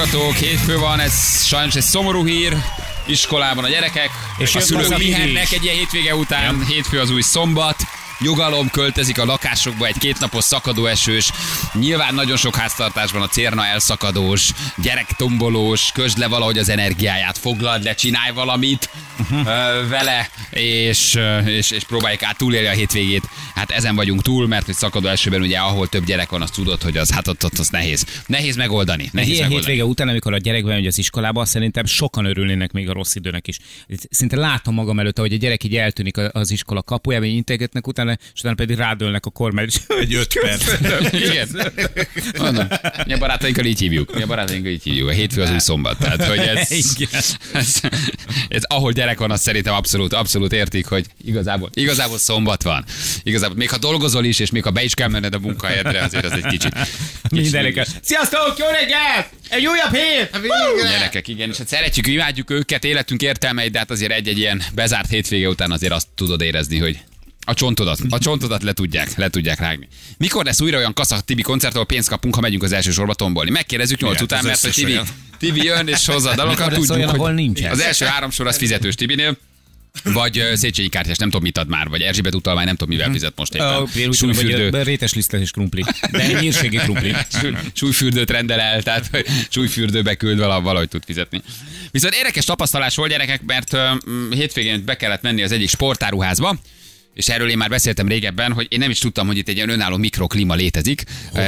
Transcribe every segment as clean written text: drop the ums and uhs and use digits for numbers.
hallgatók, hétfő van, ez sajnos egy szomorú hír. Iskolában a gyerekek, és a szülők pihennek egy ilyen hétvége után, hétfő az új szombat. Nyugalom, költözik a lakásokba egy kétnapos szakadóesős, nyilván nagyon sok háztartásban a cérna elszakadós, gyerektombolós, közd le valahogy az energiáját, foglald le, csinálj valamit vele, és próbáljuk át túlélni a hétvégét. Hát ezen vagyunk túl, mert hogy szakadó esőben ugye ahol több gyerek van, azt tudod, hogy az, hát ott az nehéz. Nehéz megoldani. Ilyen hétvége után, amikor a gyerek bemegy az iskolába, szerintem sokan örülnének még a rossz időnek is. Szinte látom magam előtt, hogy a gyerek így eltűnik az iskola kapujában, integetnek utána, és utána pedig rádőlnek a kormány. Egy 5 perc. Igen. Mondom, mi a barátainkkal így hívjuk. A hétfő az új szombat. Tehát, hogy ez ahol gyerek van, azt szerintem abszolút értik, hogy igazából szombat van. Igazából, még ha dolgozol is, és még ha be is kell menned a munkahelyedre, azért az egy kicsit. Mindeneket. Sziasztok, jó reggelt! Egy újabb hét! Gyerekek, igen, és hát szeretjük, imádjuk őket, életünk értelmeit, de hát azért egy ilyen bezárt hétvége után azért azt tudod érezni, hogy a csontodat le tudják rágni. Mikor lesz újra olyan kasza Tibi koncert, ahol pénzt kapunk, ha megyünk az első sorba tombolni? Megkérdezzük 8 után, mert hogy Tibi jön és hozza a dalokat. Tudjuk, hogy az első 3 sor az fizetős Tibinél. Vagy Széchenyi kártyás, nem tudom mit ad már, vagy Erzsébet utalmány, nem tudom mivel fizet most éppen. Súlyfürdő. Rétes lisztes és krumpli. De nyírségi krumpli. Súlyfürdőt rendel el, tehát súlyfürdőbe küld valahogy tud fizetni. Viszont érdekes tapasztalás volt, gyerekek, mert hétvégén be kellett menni az egyik sportáruházba, és erről én már beszéltem régebben, hogy én nem is tudtam, hogy itt egy ilyen önálló mikroklíma létezik.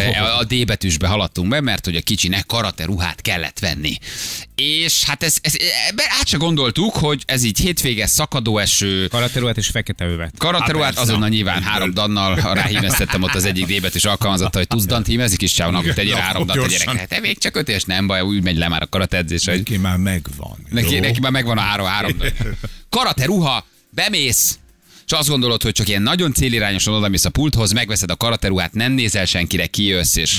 A D betűsbe haladtunk be, mert hogy a kicsinek karate ruhát kellett venni. És hát át se gondoltuk, hogy ez így hétvége, szakadóeső. Karate ruhát és fekete övet. Karate ruhát azonnal nyilván 3 dannal ráhímeztettem ott az egyik D betűs alkalmazotta, hogy tudsz dant hímezik is, csávon, akkor tegyél 3 dant a gyerek. Hát még csak 5 és nem baj, úgy megy le már a karate edzés. Neki már megvan. Neki már megvan a 3 karate ruha, bemész, és azt gondolod, hogy csak ilyen nagyon célirányosan odamész a pulthoz, megveszed a karateruhát, nem nézel senkire, kijössz, és...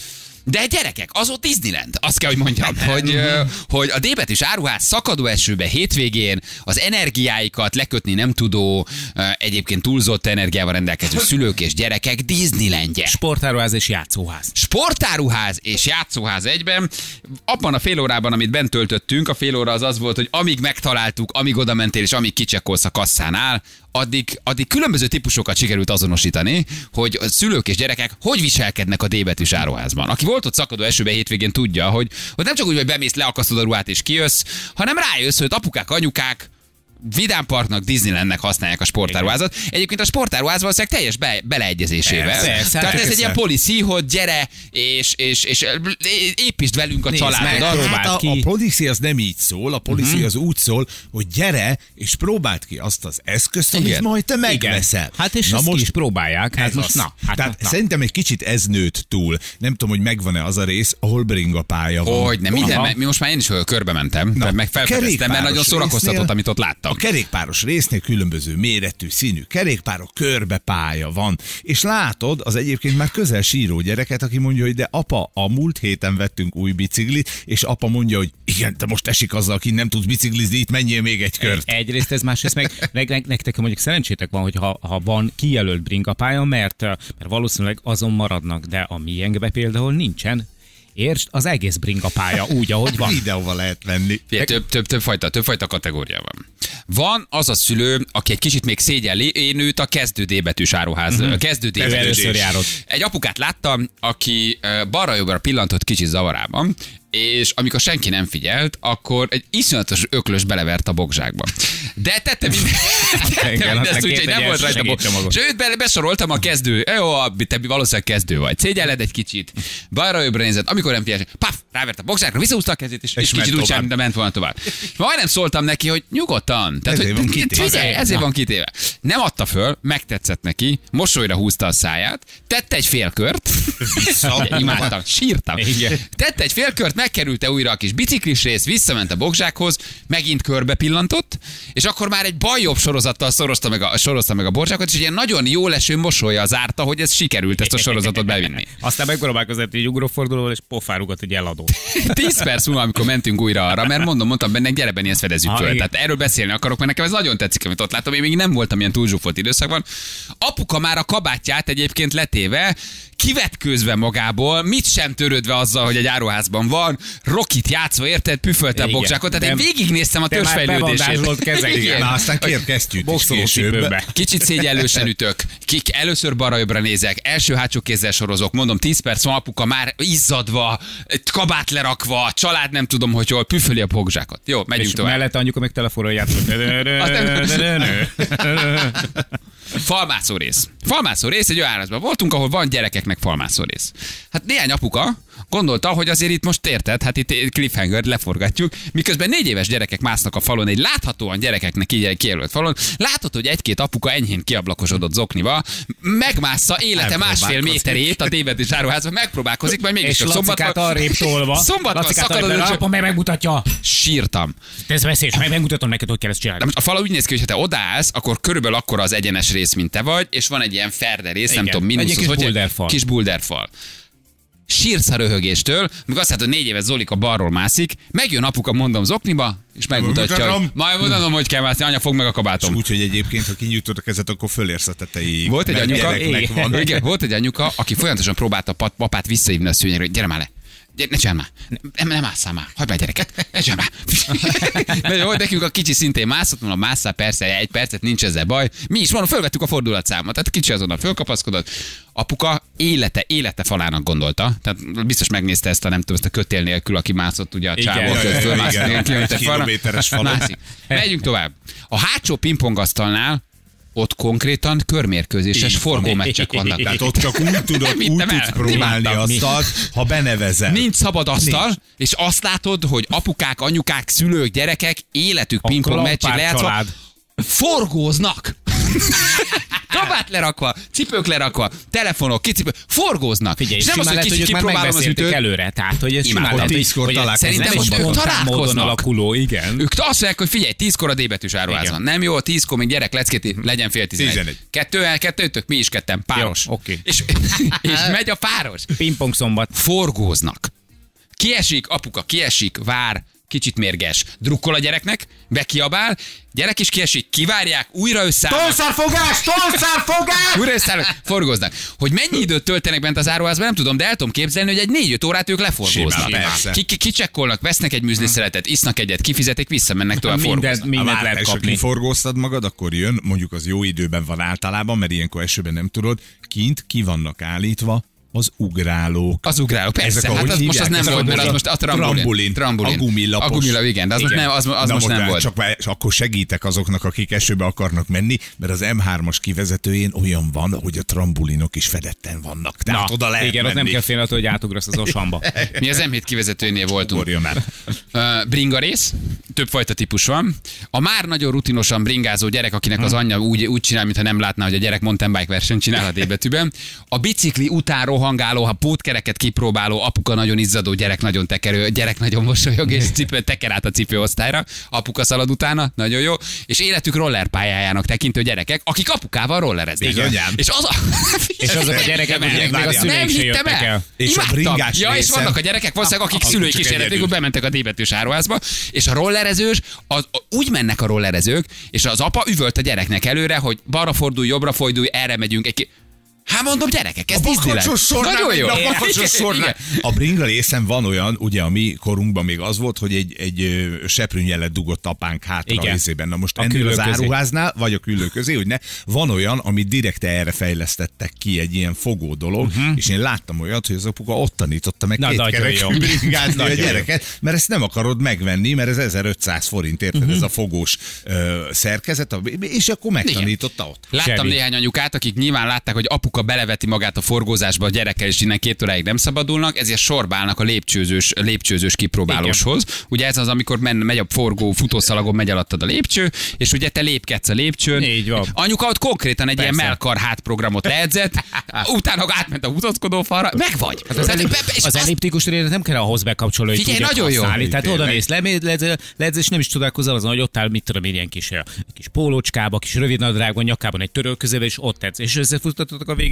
De gyerekek, az ott Disneyland. Azt kell, hogy mondjam, hogy a D-betűs áruház szakadó esőbe hétvégén az energiáikat lekötni nem tudó, egyébként túlzott energiával rendelkező szülők és gyerekek Disneylandje. Sportáruház és játszóház. Sportáruház és játszóház egyben. Abban a fél órában, amit bent töltöttünk, a fél óra az volt, hogy amíg megtaláltuk, amíg oda mentél és amíg kicsekkolsz a kasszánál, addig különböző típusokat sikerült azonosítani, hogy a szülők és gyerekek hogy viselkednek a D-betűs áruházban. Aki volt ott szakadó esőben hétvégén tudja, hogy nem csak úgy, hogy bemész, leakasztod a ruhát és kijössz, hanem rájössz, hogy apukák, anyukák Vidám Parknak, Disneylandnek használják a sportáruházat. Egyébként a sportáruház valószínűleg teljes beleegyezésével. Tehát ez egy ilyen policy, hogy gyere és építsd velünk a családodat. Hát a policy az nem így szól, a policy az úgy szól, hogy gyere és próbáld ki azt az eszközt, amit majd te megveszel. Hát és ezt most is próbálják. Hát most szerintem egy kicsit ez nőtt túl. Nem tudom, hogy megvan-e az a rész, ahol bringapálya van. Hogy nem, minden, most már én is körbe mentem, meg felfedeztem, mert nagyon szórakoztatott, amit ott láttam. A kerékpáros résznél különböző méretű, színű kerékpárok, körbe pálya van. És látod az egyébként már közel síró gyereket, aki mondja, hogy de apa, a múlt héten vettünk új biciklit, és apa mondja, hogy igen, te most esik azzal, aki nem tudsz biciklizni, itt menjél még egy kört. Egyrészt ez, másrészt meg nektek mondjuk szerencsétek van, hogy ha van kijelölt bringapálya, mert valószínűleg azon maradnak, de a miénkbe például nincsen. Értsd, az egész bringapálya úgy, ahogy van. Videóval lehet venni. Több fajta kategória van. Van az a szülő, aki egy kicsit még szégyelli, én őt a kezdő D-betűs áruház. Kezdő D-betűs. Egy apukát láttam, aki balra-jobbra pillantott kicsit zavarában, és amikor senki nem figyelt, akkor egy iszonyatos öklös belevert a bokzsákba. De tette mindezt, úgyhogy nem volt rajta bokzsák. És őt besoroltam a kezdő. Jó, te valószínűleg kezdő vagy. Szégyelled egy kicsit, balra-jobbra nézett, amikor nem figyelt, paf, rávert a bokzsákra, visszahúzta a kezét, és kicsit úgy sem, de ment volna tovább. Majdnem szóltam neki, hogy nyugodtan. Ezért van kitéve. Nem adta föl, megtetszett neki, mosolyra húzta a száját, tette egy félkört, imádtam, sírtam. Tette egy félkört, megkerülte újra a kis biciklis rész, visszament a bokzsákhoz, megint körbe pillantott, és akkor már egy bal-jobb sorozattal sorozta meg a bokzsákot, és egy ilyen nagyon jó leső mosolya zárta, hogy ez sikerült ezt a sorozatot bevinni. Aztán megpróbálkozott egy ugrófordulóval, és pofárugott egy eladó. 10 perc múlva, amikor mentünk újra arra, mert mondtam bennek, gyere Benni, ezt fedezzük föl. Tehát erről beszélni akarok, mert nekem ez nagyon tetszik, amit ott látom. Én még nem voltam ilyen túlzsúfolt időszakban. Apuka már a kabátját egyébként letéve kivetkőzve magából, mit sem törődve azzal, hogy egy áruházban van, Rockit játszva, érted, püfölte a boksákot, tehát én végignéztem a törzsfejlődését. Igen, na aztán kérkeztjük is később. Kicsit szégyellősen ütök. Először balra-jobbra nézek, első-hátsó kézzel sorozok, mondom 10 perc van, apuka már izzadva, kabát lerakva, család nem tudom, hogy hol, püföli a bokzsákot. Jó, megyünk és tovább. mellett anyuka meg telefonról játszott. Falmászó rész. Falmászó rész, egy olyan házban voltunk, ahol van gyerekeknek falmászó rész. Hát néhány apuka gondolta, hogy azért itt most érted, hát itt cliffhanger leforgatjuk, miközben 4 éves gyerekek másznak a falon, egy láthatóan gyerekeknek így kijelölt falon, látható, hogy egy-két apuka enyhén kiablakosodott zoknival, megmássza élete 1,5 méterét a Dévetés áruházban, megpróbálkozik, majd mégis és Lacikát arrébb tolva. Szombaton szakad a apa meg megmutatja. Sírtam. Ez veszélyes, megmutatom neked, hogy kell ezt csinálni. De most a fal úgy néz ki, hogy ha te odaállsz, akkor körülbelül akkora az egyenes rész, mint te vagy, és van egy ilyen ferde rész, nem tudom, mínusz, kis boulderfal. Sírsz a röhögéstől, mikor azt látod, hogy 4 éves Zolika balról mászik, megjön apuka, mondom zokniba, és megmutatja, hogy majd mondanom, hogy kell mászni, anya, fogd meg a kabátom. Úgy, hogy egyébként, ha kinyújtod a kezet, akkor fölérsz a tetejéig. Volt egy anyuka, aki folyamatosan próbálta a papát visszahívni a szőnyegre, hogy gyere már le. Ne csinálj már. Nem másszál már. Hagyd már gyereket. Ne csinálj már. Jó, nekünk a kicsi szintén mászott, mondom, másszál persze, 1 percet, nincs ezzel baj. Mi is mondom, fölvettük a fordulatszámot. Tehát kicsi azonnal fölkapaszkodott. Apuka élete falának gondolta. Tehát biztos megnézte ezt a, nem tudom, ezt a kötél nélkül, aki mászott ugye a csávot, fölmászott kilométeres falon. Megyünk tovább. A hátsó pingpongasztalnál ott konkrétan körmérkőzéses forgómeccsek vannak. Tehát ott csak úgy tudsz próbálni asztalt, ha benevezel. Nincs szabad asztal, és azt látod, hogy apukák, anyukák, szülők, gyerekek életük pingpong meccsig lejátszva forgóznak. Kabát lerakva, cipők lerakva, telefonok, kicipők, forgóznak. Figyelj, és nem az, hogy kicsit kipróbálom az ütőt. Előre, tehát, hogy ez simán lehet, 10-kor találkoznak. Szerintem most ők találkoznak. Alakuló, igen. Ők azt mondják, hogy figyelj, 10-kor a D-betűs áruházban. Nem jó, 10-kor még gyerek leckéti, legyen fél 11. 2-tök, mi is ketten, páros. Jó, okay. És megy a páros. Pingpong szombat. Forgóznak. Kiesik, apuka kiesik, vár, kicsit mérges. Drukkol a gyereknek, bekiabál, gyerek is kiesik, kivárják, újra összeállnak. Tolszárfogás! Újra összeállnak, forgóznak. Hogy mennyi időt töltenek bent az áruházban, nem tudom, de el tudom képzelni, hogy egy 4-5 órát ők leforgóznak. Kicsekkolnak, vesznek egy műzliszeletet, isznak egyet, kifizetik, visszamennek tovább forgóznak. Mindent lehet kapni. Ha kiforgóztad magad, akkor jön, mondjuk az jó időben van általában, mert ilyenkor esőben nem tudod, kint ki vannak állítva az ugrálók. Az ugrálók, persze. Hát az most az nem volt, mert az most a trambolin. A gumilapos. A gumilap, igen, de az most nem volt. Csak akkor segítek azoknak, akik esőbe akarnak menni, mert az M3-as kivezetőjén olyan van, hogy a trambulinok is fedetten vannak. Tehát oda lehet igen, menni. ott nem kell félni, hogy átugrasz az Osamba. Mi az M7 kivezetőnél voltunk. Bringa rész, többfajta típus van. A már nagyon rutinosan bringázó gyerek, akinek az anyja úgy csinál, mintha nem látná, hogy a gyerek mountain bike versenyt csinál a D-betűben. A bicikli után rohangáló, ha pótkereket kipróbáló, apuka nagyon izzadó, gyerek nagyon tekerő, gyerek nagyon mosolyog, és teker át a cipőosztályra, apuka szalad utána, nagyon jó, és életük rollerpályájának tekintő gyerekek, akik apukával rollereznek. És azok a gyerekek, akik még a szüleik se jöttek el. És a bringás és vannak a gyerekek, valószínűleg, akik szülői kísérleték, bementek a D-betűs áruházba, és a rollerezős, úgy mennek a rollerezők, és az apa üvölt a gyereknek előre, hogy balra fordulj, jobbra fordulj, erre megyünk. Hát mondom, gyerekek, ez Disneyland. Nagyon jó. A bringa részen van olyan, ugye a mi korunkban még az volt, hogy egy seprűnyelet dugott apánk hátra a részében. Na most ennél az áruháznál, vagy a küllő közé, hogy ne, van olyan, amit direkt erre fejlesztettek ki, egy ilyen fogó dolog, és én láttam olyat, hogy az apuka ott tanította meg kétkerekű bringázni a gyereket, mert ezt nem akarod megvenni, mert ez 1500 forint, érted, ez a fogós szerkezet, és akkor megtanította ott. Láttam néhány anyukát, akik nyilván látták, hogy apuka beleveti magát a forgózásba a gyerekkel, és innen 2 óráig nem szabadulnak, ezért sorba állnak a lépcsőzős kipróbálóshoz. Igen. Ugye ez az, amikor megy a forgó futószalagon, megy alattad a lépcső, és ugye te lépkedsz a lépcsőn. Így van. Anyuka ott konkrétan egy ilyen melkar hátprogramot leedzett, utána átment a húzódó falra, meg vagy. Az elliptikus térét nem kell ahhoz bekapcsolni, hogy tudjak használni. Tehát oda mész, ledz, és nem is csodálkozol azon, hogy ott áll, mit tudom én, ilyen kis pólócskába, kis rövid nadrágban, nyakában egy törölközével, és ott edz. És összefuttatottak a végén,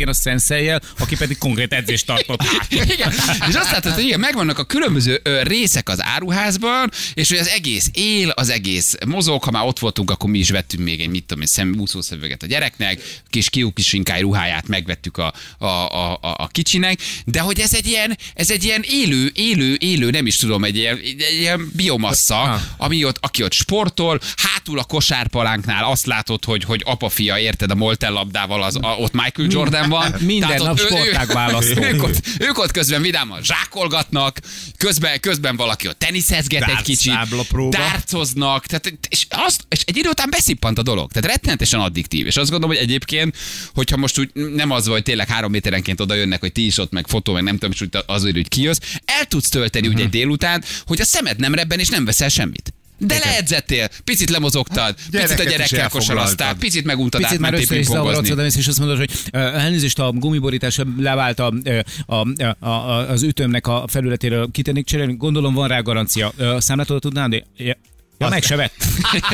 régen a Sensei-jel, aki pedig konkrét edzést tartott. Igen. És azt látod, hogy igen, megvannak a különböző részek az áruházban, és hogy az egész él, az egész mozog, ha már ott voltunk, akkor mi is vettünk még egy, mit tudom én, szemúszószöveget a gyereknek, kis kiukisinkály ruháját megvettük a kicsinek, de hogy ez egy ilyen élő, nem is tudom, egy ilyen biomassa, aki ott sportol, hátul a kosárpalánknál azt látod, hogy apa-fia, érted, a molten labdával, ott Michael Jordan van. Minden nap sportág választó. Ők ott közben vidáman zsákolgatnak, közben valaki ott teniszezget egy kicsit, dárcoznak, és egy idő után beszippant a dolog. Tehát rettenetesen addiktív. És azt gondolom, hogy egyébként, hogyha most úgy nem az, hogy tényleg 3 méterenként oda jönnek, hogy ti is ott, meg fotó, meg nem tudom, és azért, hogy kijössz, el tudsz tölteni ugye egy délután, hogy a szemed nem rebben, és nem veszel semmit. De leedzettél, picit lemozogtad, picit a gyerekkel kosaraztál, picit meguntad picit már össze is zavarodsz, és azt mondod, hogy elnézést, a gumiborítás levált az ütőmnek a felületéről, kitennék cserélni, gondolom van rá garancia. Számlától tudnál? Ja, meg se vett.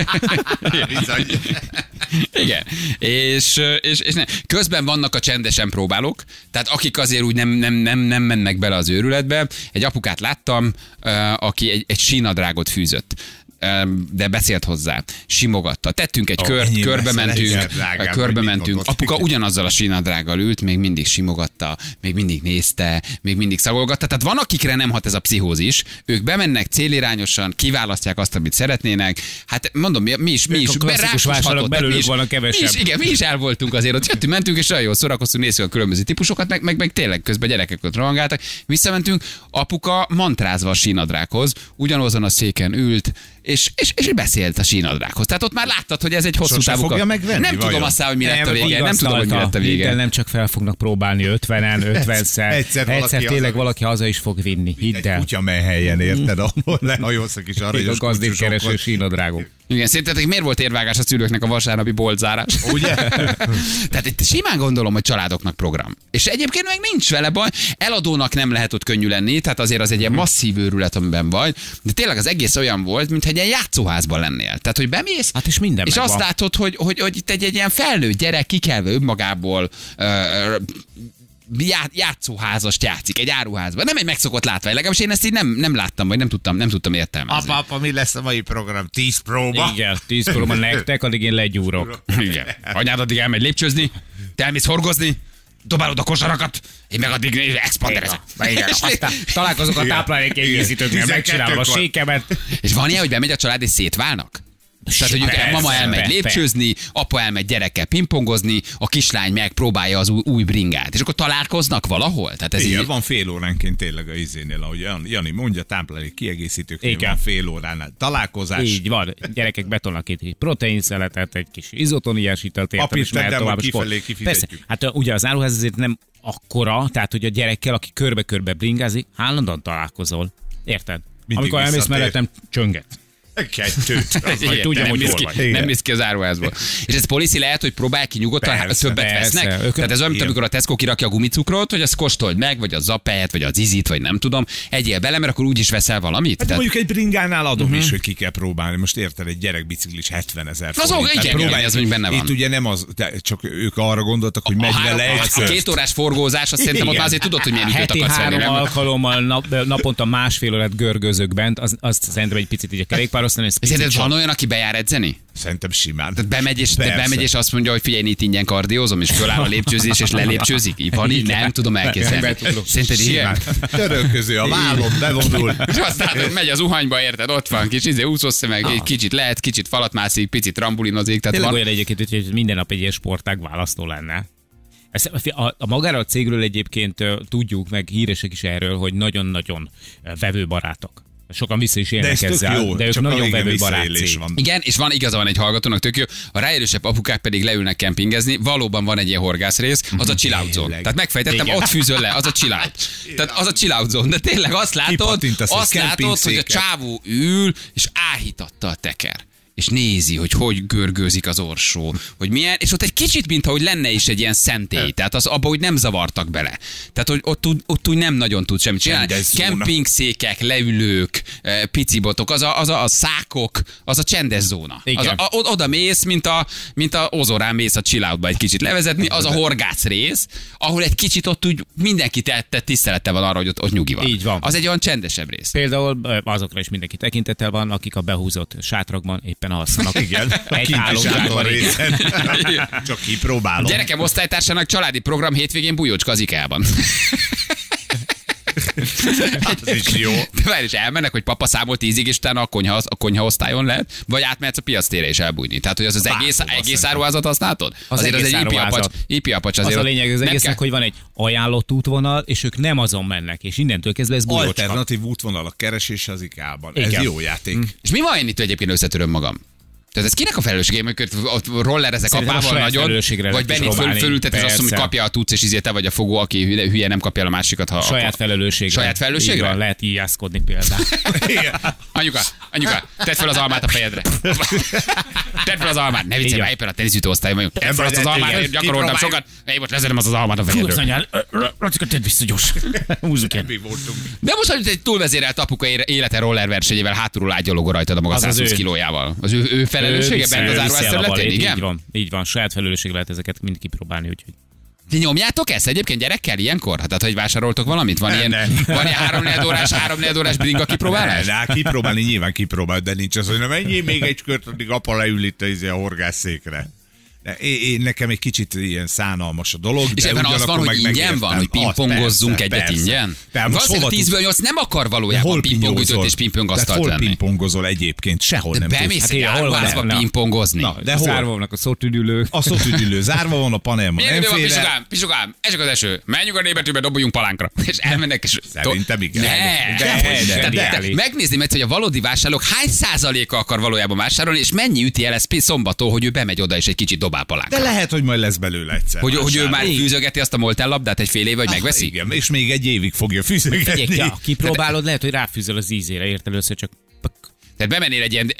Igen. És nem. Közben vannak a csendesen próbálók, tehát akik azért úgy nem mennek bele az őrületbe. Egy apukát láttam, aki egy sínadrágot fűzött. De beszélt hozzá, simogatta. Tettünk egy kört, körbe mentünk. Apuka ugyanazzal a sínadrággal ült, még mindig simogatta, még mindig nézte, még mindig szagolgatta. Tehát van, akikre nem hat ez a pszichózis, ők bemennek célirányosan, kiválasztják azt, amit szeretnének. Hát mondom, mi is klasszikus vásárlók belőlük van a kevesebb. Mi is el voltunk azért, ott jöttünk, mentünk, és olyan jól szórakoztunk, nézzük a különböző típusokat, meg tényleg közben gyerekek ott rohangáltak. Visszamentünk, apuka mantrázva a sínadrághoz, ugyanazon a széken ült, és beszélt a sínadrághoz. Tehát ott már láttad, hogy ez egy hosszú távú. Nem tudom aztán, hogy mi lett a vége. Nem tudom, hogy mi lett a vége. Nem csak fel fognak próbálni 50-en, 50-szer. Egyszer tényleg valaki haza is fog vinni. Hidd el. Egy kutyamelhelyen, érted, ahol lehajolsz a kis aranyos a gazdékkereső sínadrágok. Igen, szerintetek miért volt érvágás a szülőknek a vasárnapi boltzárás? Ugye? Tehát itt simán gondolom, hogy családoknak program. És egyébként meg nincs vele baj. Eladónak nem lehet ott könnyű lenni, tehát azért az egy ilyen masszív őrület, amiben vagy. De tényleg az egész olyan volt, mintha egy ilyen játszóházban lennél. Tehát, hogy bemész, hát és minden és megvan. azt látod, hogy itt egy ilyen felnőtt gyerek kikelve önmagából játszóházast játszik egy áruházban. Nem egy megszokott látvány. Legalábbis én ezt így nem láttam, vagy nem tudtam értelmezni. Apa, mi lesz a mai program? 10 próba? Igen, 10 próba nektek, addig én legyúrok. Igen. Anyád addig elmegy lépcsőzni, te elmész horgozni, dobálod a kosarakat, én meg addig expanderezek. Aztán találkozok a táplálékkiegészítőknél, megcsinálom a sékemet. És van ilyen, hogy bemegy a család és szétválnak? Tehát, hogy mama elmegy lépcsőzni, apa elmegy gyerekkel pingpongozni, a kislány megpróbálja az új bringát. És akkor találkoznak valahol? Tehát ez igen, van fél óránként tényleg a izénél, ahogy Jani mondja, táplálék kiegészítőknél van fél óránál találkozás. Így van, gyerekek betolnak itt egy proteinszeletet, egy kis izotoniás italt, értem, és mehet tovább. Persze, hát ugye az áruház azért nem akkora, tehát hogy a gyerekkel, aki körbe-körbe bringázik, állandóan találkozol. Érted? Mindig amikor elmész mellettem, csönget. 2. Nem néz ki az áruházból. És ez policy lehet, hogy próbálják ki nyugodtan, többet vesznek? Tehát ez olyan, mint amikor a Tesco kirakja a gumicukrot, hogy azt kóstold meg, vagy a zapet, vagy az izit, vagy nem tudom, egyél bele, mert akkor úgyis veszel valamit. Hát mondjuk egy bringánál adom is, hogy ki kell próbálni. Most érted, egy gyerekbiciklis 70 000 forint. Igen, az mondjuk benne van. Itt ugye nem az, csak ők arra gondoltak, hogy megy vele egy 2 órás forgózás, azt szerintem ott azért tudod, hogy milyen időt akarsz venni. 3 alkalommal naponta másfél órát görgözök bent, azt szerintem egy picit így a kerékpár. Szerinted van olyan, aki bejár edzeni? Szerintem simán. Tehát bemegy és azt mondja, hogy figyelj, itt ingyen kardiózom, és föláll a lépcsőzés, és lelépcsőzik. Van így? Nem tudom elképzelni. Szerinted ilyen? Törölköző, a vállon bevonul. És aztán megy az uhanyba, érted? Ott van kis úszószemeg, kicsit lehet, kicsit falatmászik, picit trambulinozik. Tényleg olyan egyébként, hogy minden nap egy ilyen sportág választó lenne. A magára a cégről egyébként tudjuk, meg híresek is erről, hogy nagyon-nagyon vevőbarátok. Sokan vissza is élnek ezzel, jó, de ők nagyon vevőbarát van. Igen, és van igaza van egy hallgatónak, tök jó. A ráérősebb apukák pedig leülnek kempingezni, valóban van egy ilyen horgászrész, az a chill out zone. Tehát megfejtettem, ott fűzöl le, az a chill out. Tehát az a chill out zone, de tényleg azt látod, hogy a csávó ül, és áhítatta a teker. és nézi, hogy görgőzik az orsó, hogy milyen, és ott egy kicsit, mintha hogy lenne is egy ilyen szentély, tehát az abba, hogy nem zavartak bele. Tehát, hogy ott úgy nem nagyon tud semmit csinálni. Kempingszékek, leülők, picibotok, az a szákok, az a csendes zóna. Oda mész, mint a Ozorán mész a chill outba egy kicsit levezetni, az a horgász rész, ahol egy kicsit ott úgy mindenki tisztelettel van arra, hogy ott nyugi van. Így van. Az egy olyan csendesebb rész. Például azokra is mindenki tekintettel van, akik a behúzott sátrakban éppen alszanak. Igen. Egy hálózsákban részen. Csak kipróbálom. Gyerekem osztálytársának családi program hétvégén bujócska az IKEA-ban. Az is jó. De várj, és elmennek, hogy papa számol 10-ig, és utána a konyha osztályon lehet, vagy átmehetsz a piactérre és elbújni. Tehát, hogy az egész áruházat használod? Azért az egy ipiapacs. Az a lényeg az egésznek, hogy van egy ajánlott útvonal, és ők nem azon mennek, és innentől kezdve ez bujócska. Alternatív útvonalak keresése az IKEA-ban. Ez jó játék. És mi van, én itt egyébként összetöröm magam? Tehát ez kinek a felelőssége, amikor ott rollerezek apával nagyon, vagy bennit fölültetsz, azt mondom, hogy kapja a tudsz, és izé te vagy a fogó, aki hülye nem kapja el a másikat. Ha saját felelősségre. Saját felelősségre? Van, lehet íjászkodni például. Anyuka, tedd fel az almát a fejedre. Tedd fel az almát. Ne viccelj, éppen a teniszütő osztályban vagyunk. Tedd fel azt az almát, én gyakoroltam sokat. Én most lezenem az almát a fejedről. Racika, tedd vissza gyors. Húzzuk el. De most, hogy egy túlvezérelt apuka élete roller versenyével hátulról ágyalogó rajtad a maga 120 kilójával. Az ő felelőssége bent az áruház területén, igen? Így van, saját felelősség lehet ezeket mind kipróbálni, úgyhogy. Ti nyomjátok ezt egyébként gyerekkel ilyenkor? Hát, hogy vásároltok valamit? Van ilyen 3-4 órás bringa kipróbálás? Kipróbálni nyilván kipróbál, de nincs az, hogy na menjél még egy kört, addig apa leül itt a horgászszékre. Nekem egy kicsit ilyen szánalmas a dolog. És ebben az van, hogy ingyen van, hogy pingpongozzunk egyet ingyen? Valószínűleg 10-ből 8 nem akar valójában pingpongütőt és pingpongasztalt venni. venni. Hol pingpongozol egyébként? Sehol nem tudsz. Bemész egy áruházba pingpongozni. De zárva vannak a szótüdülők. A szótüdülő zárva van, a panel ma nem féle. Pisukám, esik az eső. Menjünk a nébetűbe, dobuljunk palánkra. És elmennek és... Szerintem igen. De megnézni, hogy a valódi vásárlók hány százaléka akar valójában vásárolni, és mennyi üti el ezt szombaton, hogy ő bemegy oda és egy kicsit dobál palánkra. De lehet, hogy majd lesz belőle egyszer. Hogy ő már fűzögeti azt a moltellabdát egy fél év, vagy megveszi? Igen, és még egy évig fogja fűzögetni. Kipróbálod, lehet, hogy ráfűzöl az ízére, érted először csak... Tehát bemennél egy ilyen...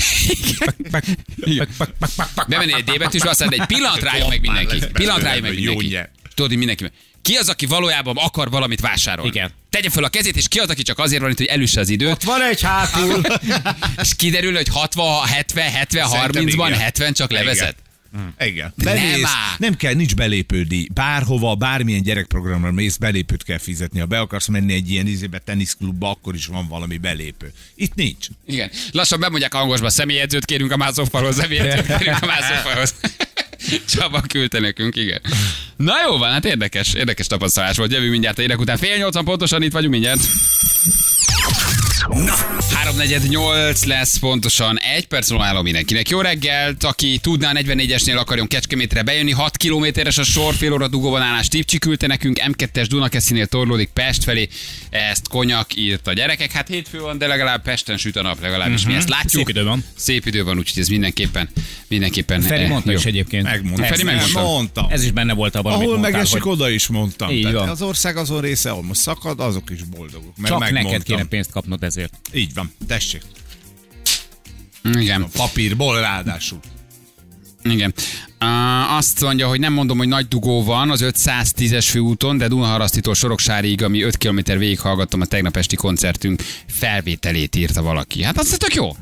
Bemennél egy D-betűsbe, aztán egy pillanat rájön meg mindenki. Tudod, mindenki. Ki az, aki valójában akar valamit vásárolni? Igen. Tegye fel a kezét, és ki az, aki csak azért van itt, hogy elüsse az időt. Ott van egy hátul. És kiderül, hogy 60, 70, 30-ban 70 csak levezet. Igen. Nem kell, nincs belépődíj. Bárhova, bármilyen gyerekprogramra mész, belépőt kell fizetni. Ha be akarsz menni egy ilyen teniszklubba, akkor is van valami belépő. Itt nincs. Igen. Lassan bemondják hangosba, személyedzőt kérünk a mászófalhoz, Csaba küldte nekünk, igen. Na jó van, hát érdekes tapasztalás volt. Jövünk mindjárt a hírek után. 7:30 pontosan itt vagyunk mindjárt. Na, 3:48 lesz pontosan, 1 perc múlva állom mindenkinek. Jó reggelt, aki tudná 44-esnél akarjon Kecskemétre bejönni, 6 kilométeres a sor, fél óra dugóban állás. Tipcsi küldte nekünk, M2-es Dunakeszinél torlódik Pest felé, ezt Konyak írt a gyerekek. Hát hétfő van, de legalább Pesten süt a nap, legalábbis mi ezt látjuk. Szép idő van. Szép idő van, úgyhogy ez mindenképpen. Feri mondta is egyébként. Feri megmondta. Ez is benne volt abban, ahol megesik, oda is mondtam. Így van. Az ország azon része, ahol most szakad, azok is boldogok. Csak neked kéne pénzt kapnod ezért. Így van, tessék. Igen. A papírból ráadásul. Igen. Azt mondja, hogy nem mondom, hogy nagy dugó van az 510-es főúton, de Dunaharasztitól Soroksárig, ami 5 km végighallgattam a tegnap esti koncertünk felvételét, írta valaki. Hát az tök jó.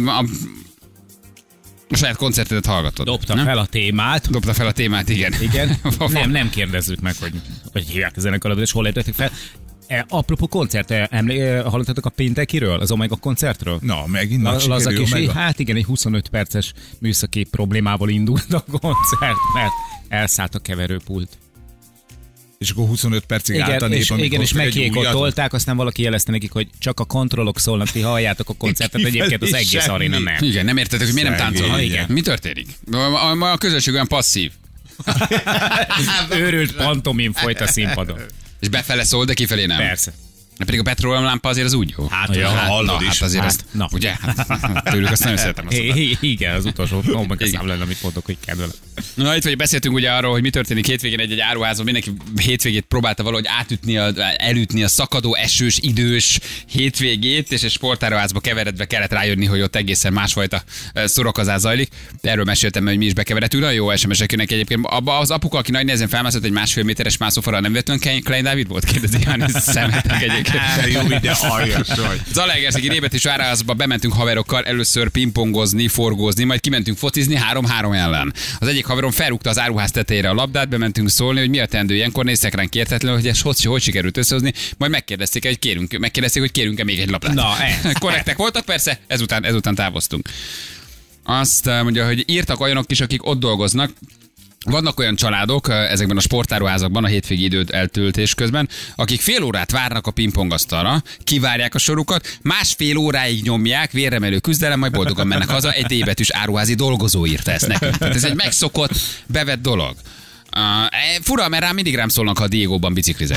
A saját koncertedet hallgatod. Dobta fel a témát, igen. Igen. nem kérdezzük meg, hogy hívják a zenekarat, és hol léptetek fel. Apropó koncert, hallottatok a péntekiről, az Omega koncertről? Na, megint nagy sikerül Omega. Hát igen, egy 25 perces műszaki problémával indult a koncert, mert elszállt a keverőpult. És akkor 25 percig állt a nép, igen, és megkékottolták, aztán valaki jelezte nekik, hogy csak a kontrollok szólnak, ti halljátok a koncertet, egyébként az egész aréna nem. Igen, nem értetek, hogy miért nem táncolnak. Igen. Mi történik? A közönség olyan passzív. Őrült pantomim folyt a színpadon. És befele szól, de kifelé nem. Persze. Pedig a petróleumlámpa azért az úgy jó. Hát, hallod is. Hát azért ezt, ugye? Tőlük azt nagyon szeretem. Igen, az utolsó meg a szám lenne, amit mondok, hogy kedvelem. Na, itt vagy beszéltünk ugye arról, hogy mi történik hétvégén egy áruházban. Mindenki hétvégét próbálta valahogy elütni a szakadó, esős, idős hétvégét, és egy sportáruházba keveredve kellett rájönni, hogy ott egészen másfajta szórakozás zajlik. Erről meséltem, hogy mi is bekeveredtünk. Nagyon jó SMS-ek jönnek egyébként. Abba az apuka, aki nagy nehezen felmászott egy 1,5 méteres mászófalra, nem véletlenül Klein Dávid volt? Kérdezi János szemetek egyébként. Jó, de aljas vagy. Zalaegerszegi Rébetűs áruházba bementünk haverokkal először pingpongozni, forgózni, majd kimentünk focizni 3-3 ellen. Az egyik haverom felrúgta az áruház tetejére a labdát, bementünk szólni, hogy mi a teendő ilyenkor, néztek ránk értetlenül, hogy ez hogy sikerült összehozni, majd megkérdezték, hogy kérünk-e még egy labdát. Na, korrektek voltak, persze, ezután távoztunk. Azt mondja, hogy írtak olyanok is, akik ott dolgoznak. Vannak olyan családok ezekben a sportáruházakban a hétvégi időt eltöltés közben, akik fél órát várnak a pingpongasztalra, kivárják a sorukat, másfél óráig nyomják, vérremelő küzdelem, majd boldogan mennek haza. Egy D-betűs áruházi dolgozó írta ezt nekünk. Tehát ez egy megszokott, bevett dolog. Fura, mert mindig rám szólnak, ha a Diegóban biciklizek.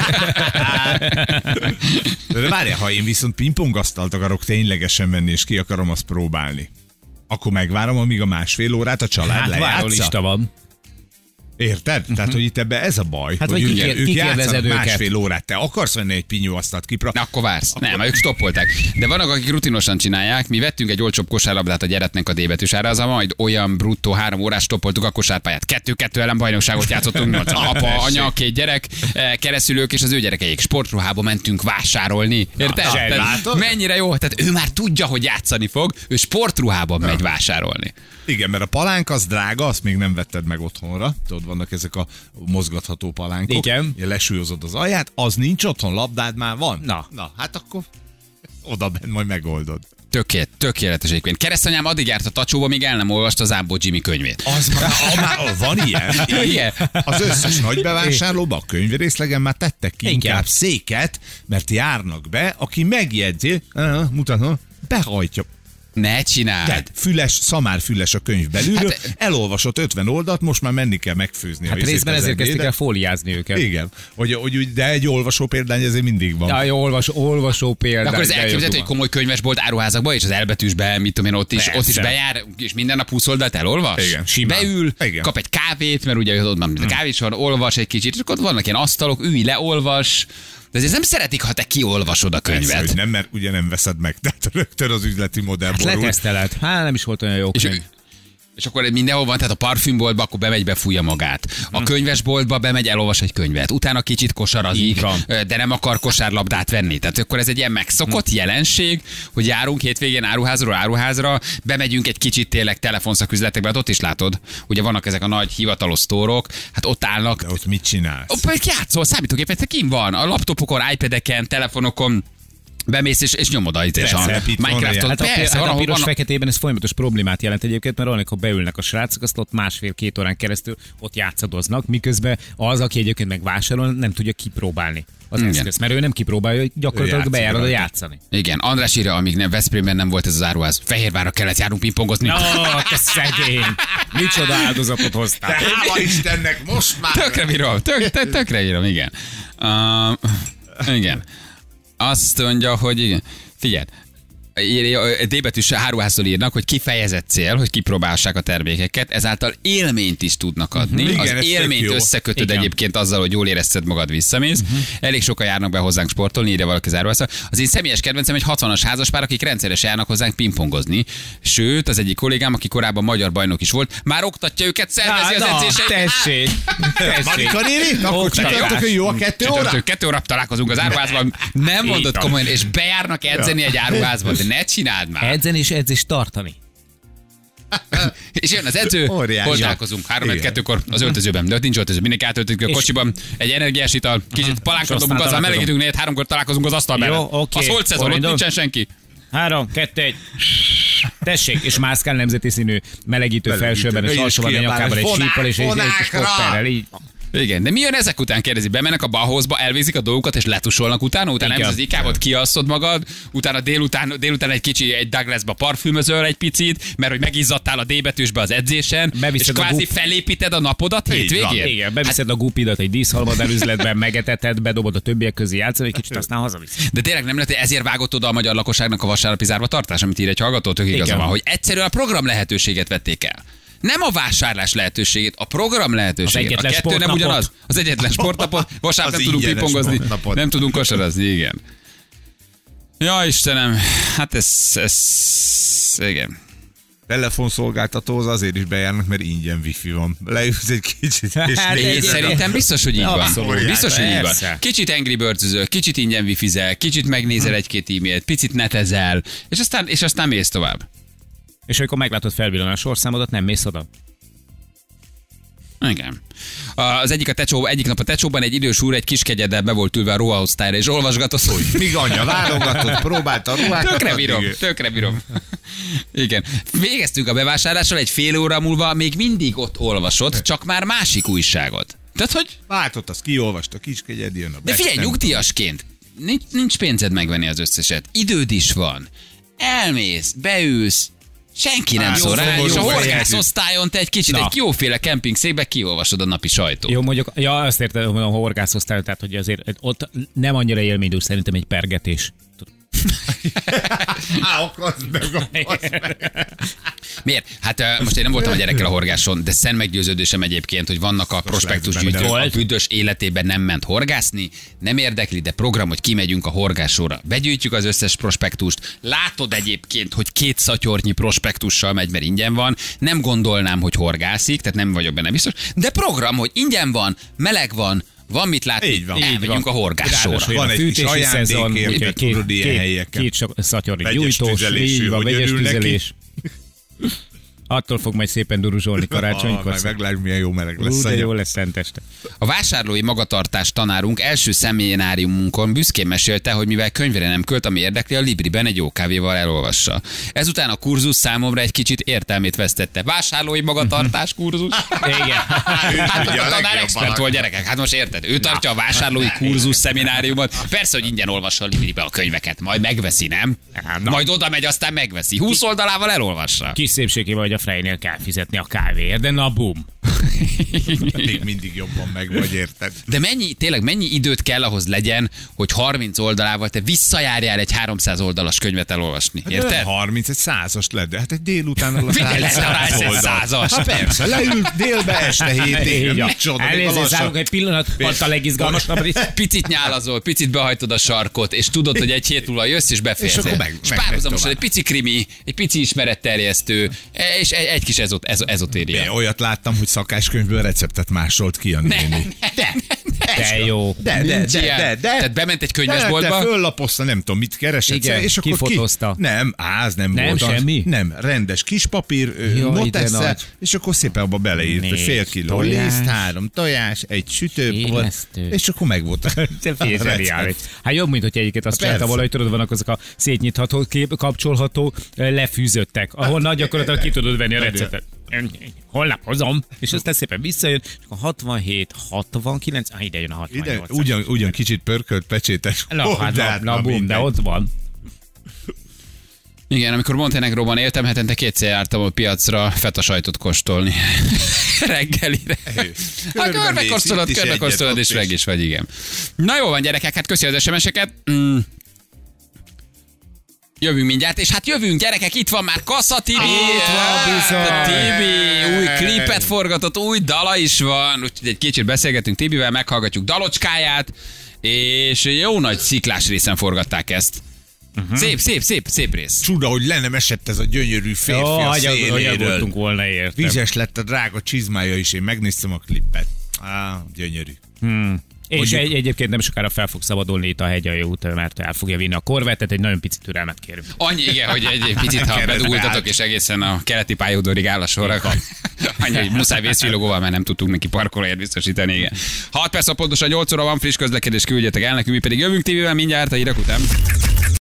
De várjál, ha én viszont pingpongasztalt akarok ténylegesen menni, és ki akarom azt próbálni, akkor megvárom, amíg a másfél órát a család lejátsza. Lista van. Érted? Tehát, hogy itt ebbe ez a baj, hát, hogy ők játszanak őket. másfél órát. Te akarsz venni egy pinyóasztalt kipra? Na, akkor vársz. Nem, ők stoppolták. De vannak, akik rutinosan csinálják. Mi vettünk egy olcsóbb kosárlabdát a gyereknek a D-betűs áruházba, majd olyan bruttó 3 órás stoppoltuk a kosárpályát. 2-2 ellen bajnokságot játszottunk, 8 apa, anya, 2 gyerek, keresztülők és az ő gyerekeik. Sportruhába mentünk vásárolni. Érted? Mennyire jó? Tehát ő már tudja, hogy játszani fog, ő sportruhában megy vásárolni. Igen, mert a palánk az drága, azt még nem vetted meg otthonra. Tudod, vannak ezek a mozgatható palánkok. Igen. Lesúlyozod az alját, az nincs otthon, labdád már van. Na hát akkor oda benn majd megoldod. Tökéletes egyébként. Keresztanyám addig járt a tacsóba, míg el nem olvasta az Ámbó Jimmy könyvét. Az már van ilyen? Igen. Az összes nagy bevásárlóba, a könyvrészlegen már tettek ki inkább széket, mert járnak be, aki megjegyzi, mutatom, behajtja. Ne csináld! Tehát szamárfüles a könyv belülről, elolvasott 50 oldalt, most már menni kell megfőzni. Hát részben ezért kezdték el fóliázni őket. Igen, de egy olvasó példány ezért mindig van. Ja, olvasó példány. De akkor ez elképzelhető, hogy komoly könyvesbolt áruházakban, és az elbetűsben, mit tudom én, ott is bejár, és minden nap 20 oldalt elolvas? Igen, simán. Beül, igen. Kap egy kávét, mert ugye ott van kávés van, olvas egy kicsit, és akkor vannak ilyen asztalok, ülj le, olvas. De ezért nem szeretik, ha te kiolvasod a könyvet. Persze, hogy nem, mert ugye nem veszed meg. Tehát rögtön az üzleti modell borul. Leteszteled. Nem is volt olyan jó könyv. És akkor mindenhol van, tehát a parfümboltba, akkor bemegy, befújja magát. A könyvesboltba bemegy, elolvas egy könyvet. Utána kicsit kosarazik, de nem akar kosárlabdát venni. Tehát akkor ez egy ilyen megszokott jelenség, hogy járunk hétvégén áruházról áruházra, bemegyünk egy kicsit tényleg telefonszaküzletekbe, hát ott is látod. Ugye vannak ezek a nagy hivatalos sztórok, hát ott állnak. De ott mit csinálsz? Ott játszol, számítógépet, kim van, a laptopokon, iPad-eken, telefonokon. Bemész és nyomod a Minecraftot. Hát a piros-feketében ez folyamatos problémát jelent egyébként, mert amikor beülnek a srácok, azt ott 1,5-2 órán keresztül ott játszadoznak, miközben az, aki egyébként megvásárol, nem tudja kipróbálni az eszközt, mert ő nem kipróbálja, hogy gyakorlatilag bejárod a játszani. Igen, András írja, amíg nem Veszprémben nem volt ez az áruház. Fehérvárra kellett járunk pingpongozni. No, te szegény! Micsoda áldozatot hoztál. Hála Istennek, most már! Tökre írom, igen. Igen. Azt mondja, hogy igen. Figyelj, D-betűs áruháztól írnak, hogy kifejezett cél, hogy kipróbálhassák a termékeket, ezáltal élményt is tudnak adni. Igen, az élményt összekötöd egyébként azzal, hogy jól érezted magad, visszamész. Elég sokan járnak be hozzánk sportolni, írja valaki az áruházra. Az én személyes kedvencem egy 60-as házaspár, akik rendszeresen járnak hozzánk pingpongozni. Sőt, az egyik kollégám, aki korábban magyar bajnok is volt, már oktatja őket, szervezi az edzéseket. Tessék! Marika néni, akkor csütörtök, hogy jó a 2 óra? 2 óra találkozunk az áruházban. Nem mondod komolyan, és bejárnak edzeni egy áruházban. Ne csináld már. Edzeni és edzést tartani. És jön az edző, hol találkozunk? 3-2-kor az öltözőben. De ott nincs öltöző. Mindenki átöltünk a kocsiban. Egy energiás ital, kicsit palánkot dobunk, azzal melegítünk, 4-3-kor találkozunk az asztal mellett. Jó, oké. Az holt szezon, ott nincsen senki. 3, 2, 1. Tessék, és mászkál nemzeti színű melegítő felsőben, és alsóban a nyakában egy síppal és egy kis kopperrel. Így. Igen, de mi jön ezek után, kérdezi? Bemennek a Bauhausba, elvégzik a dolgokat, és letusolnak utána nem az ikábot, kiasszod magad, utána délután egy Douglasba parfümözöl egy picit, mert hogy megizzadtál a D betűsbe az edzésen, és kvázi felépíted a napodat hétvégén. Igen, beviszed a gupidat egy díszhalmadár üzletben, megeteted, bedobod a többiek közé játszani, egy kicsit aztán hazavisz. De tényleg nem lehet, hogy ezért vágott oda a magyar lakosságnak a vasárnapi zárva tartás, amit ír egy hallgató, tök igaza van, hogy egyszerűen a program lehetőséget vették el. Nem a vásárlás lehetőségét, a program lehetőségét. A kettő nem ugyanaz. Az egyetlen sportnapot, vasárnap nem tudunk pingpongozni, nem tudunk kosarazni, igen. Ja, Istenem, hát ez igen. Telefonszolgáltatóhoz azért is bejárnak, mert ingyen wifi van. Leülsz egy kicsit, és szerintem biztos, hogy így van. Biztos, hogy így van. Kicsit Angry Birds-özöl, kicsit ingyen wifizel, kicsit megnézel egy-két e-mailt, picit netezel, és aztán mész tovább. És amikor meglátod felvillanni a sorszámodat, nem mész oda? Igen. Egyik nap a tecsóban egy idős úr egy kis kegyeddel be volt ülve a ruhaosztályra, és olvasgatott, hogy míg anya válogatott, próbálta a ruhákat. Tökre bírom. Igen. Végeztünk a bevásárlással, egy fél óra múlva még mindig ott olvasott, csak már másik újságot. Tehát, hogy... Váltott, az kiolvasta, kiskegyed, jön a de figyelj, nyugdíjasként nincs pénzed megvenni az összeset. Időd is van. Elmész, beülsz, senki nem szól rá, és a horgászosztályon te egy kicsit egy jóféle kempingszékbe kiolvasod a napi sajtót. Jó, mondjuk, azt értem, hogy a horgászosztályon, tehát hogy azért ott nem annyira élménydús, szerintem egy pergetés. Miért? Hát most én nem voltam a gyerekkel a horgáson, de szent meggyőződésem egyébként, hogy vannak a prospektusgyűjtők, a büdös életében nem ment horgászni, nem érdekli, de program, hogy kimegyünk a horgásóra. Begyűjtjük az összes prospektust, látod egyébként, hogy 2 szatyornyi prospektussal megy, mert ingyen van, nem gondolnám, hogy horgászik, tehát nem vagyok benne biztos, de program, hogy ingyen van, meleg van mit látni, így van. Elmegyünk a horgássóra. Van egy kis ajándékért, tudod ilyen helyeken. Két szatyornyi gyújtós, így van, vegyes tüzelés. Attól fog majd szépen duruzsolni karácsonykor. Majd meglátjuk, milyen jó meleg lesz. De jó lesz szenteste. A vásárlói magatartás tanárunk első szemináriumunkon büszkén mesélte, hogy mivel könyvre nem költ, ami érdekli, a Libriben egy jó kávéval elolvassa. Ezután a kurzus számomra egy kicsit értelmét vesztette. Vásárlói magatartás kurzus? Igen. Hát a tanár expert volt, gyerekek. Hát most érted? Ő tartja a vásárlói kurzus szemináriumot. Persze, hogy ingyen olvassa a Libribe a könyveket. Majd megveszi, nem? Majd oda megy, aztán megveszi. 20 oldalával elolvassa. Kis szépségével, hogy a Freynél kell fizetni a kávéért, de na bum. Még mindig jobban meg vagy, érted? De mennyi időt kell ahhoz legyen, hogy 30 oldalával te visszajárjál egy 300 oldalas könyvet elolvasni, érted? Hát 30, egy 100-as lett, de hát egy délután alatt egy 100-as. Hát persze, leült délbe este 7-ig. Elnézést, zárunk egy pillanat, pont a legizgalmasabb. Picit nyálazol, picit behajtod a sarkot, és tudod, hogy egy hét múlva jössz és befejezed. És párhuzamosan egy pici krimi, egy pici ismeretterjesztő, és egy kis ezotéria. Olyat láttam, hogy szakáskönyvből receptet másolt ki a néni. De jó. De. Tehát bement egy könyvesboltba. Föllapozta, nem tudom, mit keresett. Igen, és akkor kifotózta. Nem, nem volt. Semmi? Nem, rendes kis papír, notessze, és akkor szépen abba beleírt, hogy fél kiló liszt, 3 tojás, egy sütőpor, és akkor meg volt. Hát jobb, mint hogy egyébként azt csinálta valahogy, tudod, vannak azok a szétnyitható, kapcsolható lefűzöttek, ahol nagy gyakorlatilag ki tudod venni a receptet. Holnap hozom, és aztán szépen visszajön, és akkor 67, 69, ide jön a 68. Ugyan kicsit pörkölt, pecsétes. De ott van. Igen, amikor Montenegróban éltem, hetente 2-szer jártam a piacra feta sajtot kóstolni. Reggelire. Hát körbe kóstolod, és reg is vagy, igen. Na jó van, gyerekek, hát köszi az SMS-eket. Jövünk mindjárt, és hát jövünk, gyerekek, itt van már Kassa Tibi. Itt van bizony. Tibi új klipet forgatott, új dala is van, úgyhogy egy kicsit beszélgetünk Tibivel, meghallgatjuk dalocskáját, és jó nagy sziklás részen forgatták ezt. Szép rész. Csuda, hogy le nem esett ez a gyönyörű férfi a széléről. Volna, értem. Vizes lett a drága csizmája is, én megnéztem a klipet. Gyönyörű. És egyébként nem sokára fel fog szabadulni itt a Hegyalja út, mert el fogja vinni a korvettet, egy nagyon picit türelmet kérünk. Annyi, igen, hogy egy picit, ha bedugultatok, és egészen a keleti pályaudvarig áll a sorra, annyi, hogy muszáj vészvilogóval, mert nem tudtunk neki parkolóért biztosítani, igen. 6 perc, pontosan 8 óra van, friss közlekedés, küldjetek el nekünk, mi pedig jövünk tévével mindjárt a hírek után.